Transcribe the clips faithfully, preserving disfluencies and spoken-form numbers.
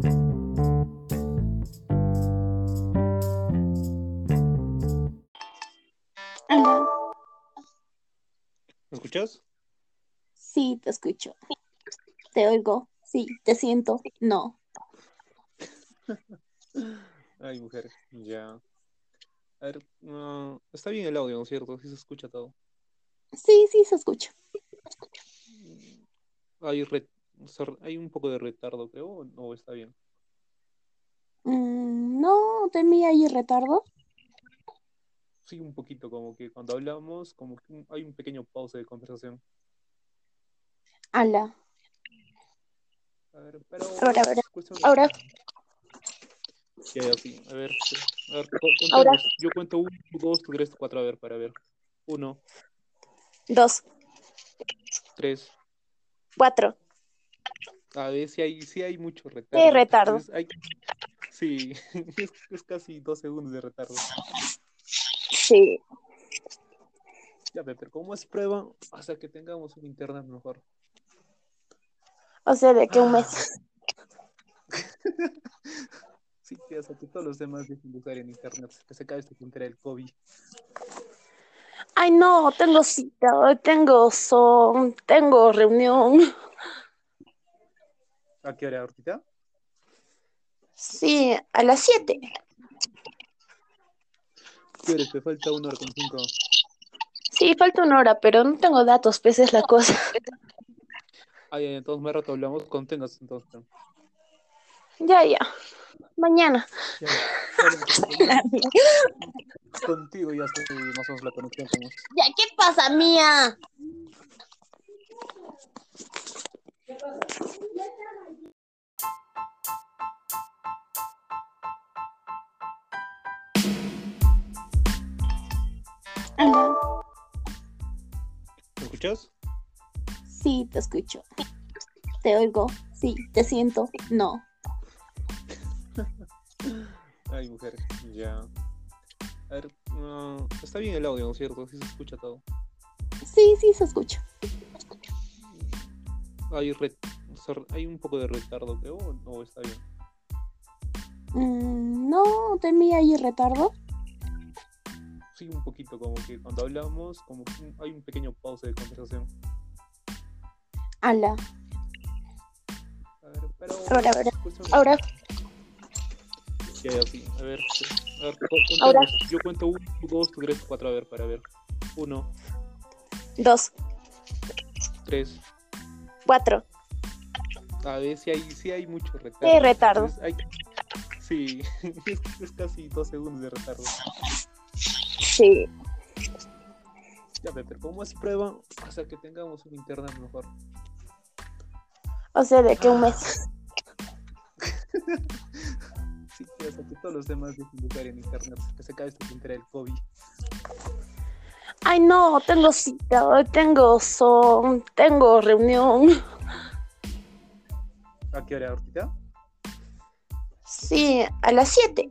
Hola, ¿Me escuchas? sí, te escucho. Te oigo, sí, te siento, no. Ay, mujer, ya. A ver, no, está bien el audio, ¿no es cierto? Sí se escucha todo. Sí, sí, se escucha. Mm, Hay, re- sor- hay un poco de retardo, creo, o o está bien. Mm, no, tenía ahí retardo. Sí, un poquito, como que cuando hablamos, como que un- hay un pequeño pausa de conversación. Ala, A ver, pero ahora, ahora, es cuestión de... ahora, Ya, ya, sí. A ver, espera. A ver, co- ahora, contemos. Yo cuento uno, dos, tú tres, cuatro, a ver, para ver. Uno, dos, tres. cuatro. A ver, si hay, sí hay mucho ¿Qué retardo. retardo? Es, hay, sí, es, es casi dos segundos de retardo. Sí. Ya, ve, pero como es prueba, hasta que tengamos un internet mejor. O sea, de que un mes. Ah, sí, que hasta que todos los demás dejen de usar en internet, que se acabe esta tontería del COVID. Ay, no, tengo cita, hoy tengo son, tengo reunión. ¿A qué hora ahorita? Sí, a las siete. ¿Qué hora? Te falta una hora con cinco. Sí, falta una hora, pero no tengo datos, pues es la cosa. Ay, ay, entonces más rato hablamos, contengas entonces. Ya, ya, mañana. Ya, dale, perfecto, ya. Contigo ya estoy más o menos la conexión como es. Ya, ¿qué pasa, mía? Hola, ¿Me escuchas? sí, te escucho. Te oigo, sí, te siento, no. Ay, mujer, ya. A ver, no, está bien el audio, ¿no es cierto? Sí se escucha todo. Sí, sí, se escucha. Hay, re- sor- hay un poco de retardo, creo, o o está bien. Mm, no, tenía ahí retardo. Sí, un poquito, como que cuando hablamos, como que un- hay un pequeño pausa de conversación. Ala, A ver, pero ahora, ahora, es cuestión de... ahora, Ya, ya, sí. A ver, espera. A ver, co- ahora, contemos. Yo cuento uno, dos, tú tres, cuatro, a ver, para ver. Uno, dos, tres. cuatro. A ver, si hay, sí hay mucho ¿Qué retardo. retardo? Es, hay, sí, es, es casi dos segundos de retardo. Sí. Ya, ve, pero como es prueba, hasta que tengamos un internet mejor. O sea, de que un Ah, mes. sí, que hasta que todos los demás dejen de usar en internet, que se acabe esta tontería del COVID. Ay, no, tengo cita, hoy tengo son, tengo reunión. ¿A qué hora ahorita? Sí, a las siete.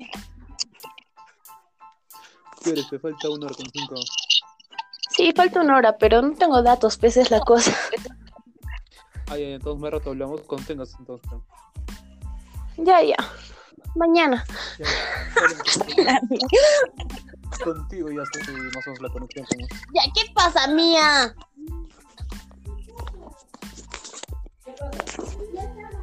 ¿Qué hora? Te falta una hora con cinco. Sí, falta una hora, pero no tengo datos, pues es la cosa. Ay, ay, entonces más rato hablamos, contengas entonces. Ya, ya, mañana. Ya, dale, perfecto, ya. Contigo ya estoy más o menos la conexión como es. Ya, ¿qué pasa, mía?